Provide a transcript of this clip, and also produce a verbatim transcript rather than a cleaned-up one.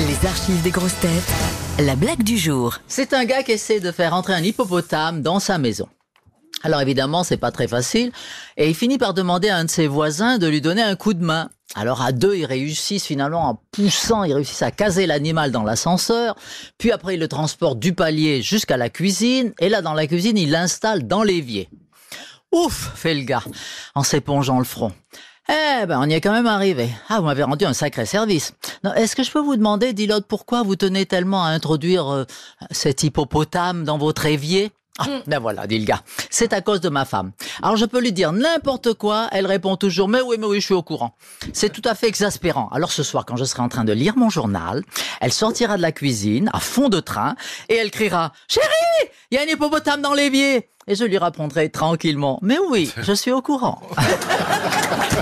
Les archives des grosses têtes, la blague du jour. C'est un gars qui essaie de faire entrer un hippopotame dans sa maison. Alors évidemment, c'est pas très facile, et il finit par demander à un de ses voisins de lui donner un coup de main. Alors à deux, ils réussissent finalement en poussant, ils réussissent à caser l'animal dans l'ascenseur, puis après ils le transportent du palier jusqu'à la cuisine, et là dans la cuisine, ils l'installent dans l'évier. Ouf, fait le gars, en s'épongeant le front. Eh ben, on y est quand même arrivé. Ah, vous m'avez rendu un sacré service. Non, est-ce que je peux vous demander, dit l'autre, pourquoi vous tenez tellement à introduire euh, cet hippopotame dans votre évier ? Ah, ben voilà, dit le gars. C'est à cause de ma femme. Alors je peux lui dire n'importe quoi, elle répond toujours « mais oui, mais oui, je suis au courant ». C'est tout à fait exaspérant. Alors ce soir, quand je serai en train de lire mon journal, elle sortira de la cuisine, à fond de train, et elle criera « Chérie, il y a un hippopotame dans l'évier !» Et je lui répondrai tranquillement « mais oui, je suis au courant ».